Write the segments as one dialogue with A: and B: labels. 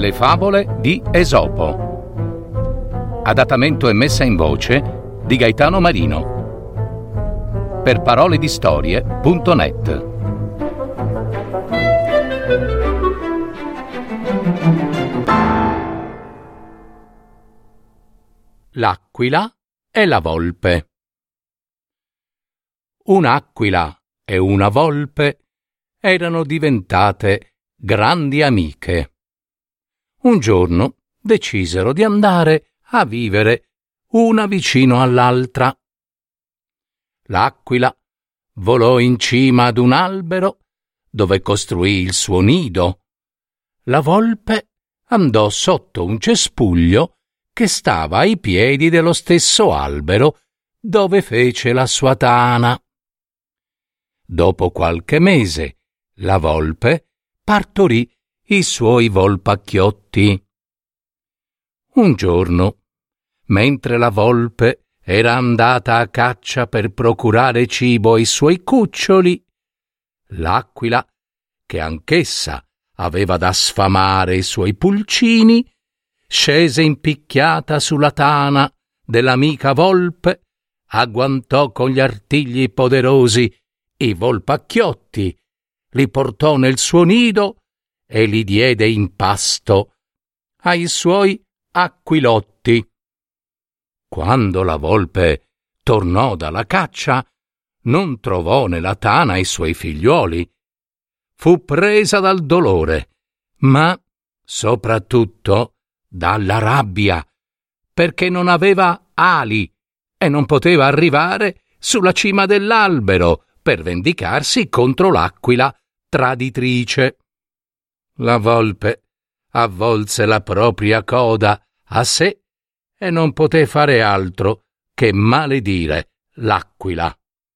A: Le favole di Esopo. Adattamento e messa in voce di Gaetano Marino. Per paroledistorie.net. L'aquila e la volpe. Un'aquila e una volpe erano diventate grandi amiche. Un giorno decisero di andare a vivere una vicino all'altra. L'aquila volò in cima ad un albero dove costruì il suo nido. La volpe andò sotto un cespuglio che stava ai piedi dello stesso albero dove fece la sua tana. Dopo qualche mese, la volpe partorì i suoi volpacchiotti. Un giorno, mentre la volpe era andata a caccia per procurare cibo ai suoi cuccioli, l'aquila, che anch'essa aveva da sfamare i suoi pulcini, scese impicchiata sulla tana dell'amica volpe, agguantò con gli artigli poderosi i volpacchiotti, li portò nel suo nido e li diede in pasto ai suoi aquilotti. Quando la volpe tornò dalla caccia, non trovò nella tana i suoi figliuoli. Fu presa dal dolore, ma soprattutto dalla rabbia, perché non aveva ali e non poteva arrivare sulla cima dell'albero per vendicarsi contro l'aquila traditrice. La volpe avvolse la propria coda a sé e non poté fare altro che maledire l'aquila.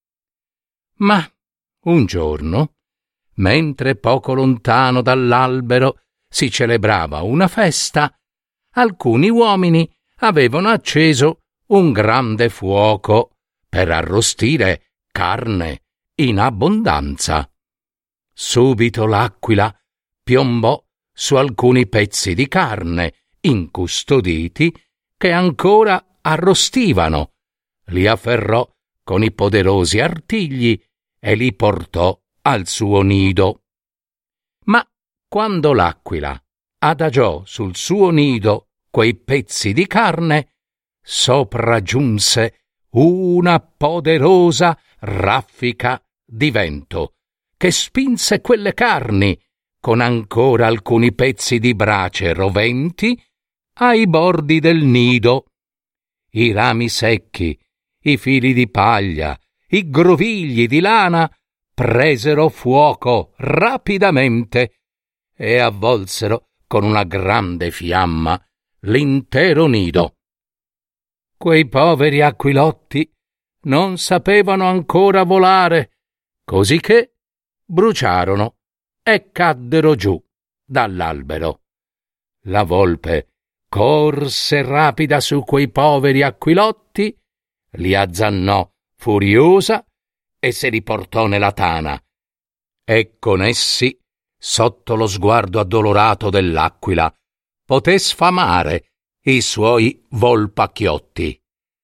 A: Ma un giorno, mentre poco lontano dall'albero si celebrava una festa, alcuni uomini avevano acceso un grande fuoco per arrostire carne in abbondanza. Subito l'aquila piombò su alcuni pezzi di carne incustoditi che ancora arrostivano, li afferrò con i poderosi artigli e li portò al suo nido. Ma quando l'aquila adagiò sul suo nido quei pezzi di carne, sopraggiunse una poderosa raffica di vento che spinse quelle carni, con ancora alcuni pezzi di brace roventi, ai bordi del nido. I rami secchi, i fili di paglia, i grovigli di lana presero fuoco rapidamente e avvolsero con una grande fiamma l'intero nido. Quei poveri aquilotti non sapevano ancora volare, cosicché bruciarono e caddero giù dall'albero. La volpe corse rapida su quei poveri aquilotti, li azzannò furiosa e se li portò nella tana, e con essi, sotto lo sguardo addolorato dell'aquila, poté sfamare i suoi volpacchiotti.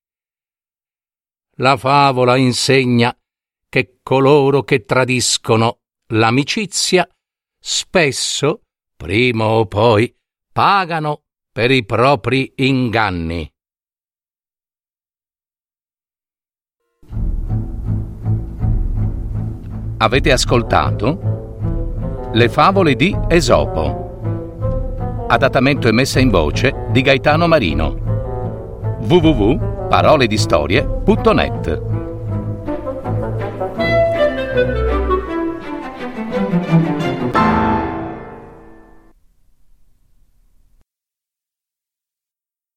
A: La favola insegna che coloro che tradiscono l'amicizia spesso, prima o poi, pagano per i propri inganni. Avete ascoltato Le favole di Esopo. Adattamento e messa in voce di Gaetano Marino. www.paroledistorie.net